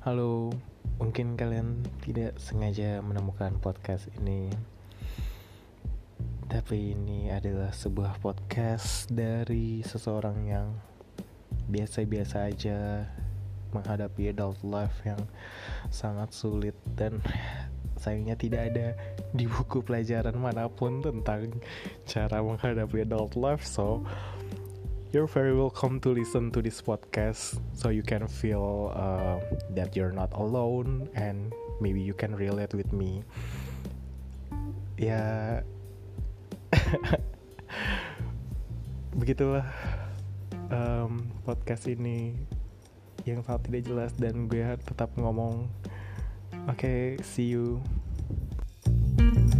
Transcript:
Halo, mungkin kalian tidak sengaja menemukan podcast ini, tapi ini adalah sebuah podcast dari seseorang yang biasa-biasa aja menghadapi adult life yang sangat sulit dan sayangnya tidak ada di buku pelajaran manapun tentang cara menghadapi adult life. So you're very welcome to listen to this podcast so you can feel that you're not alone and maybe you can relate with me. Ya, begitulah podcast ini yang sangat tidak jelas dan gue tetap ngomong. Oke, see you.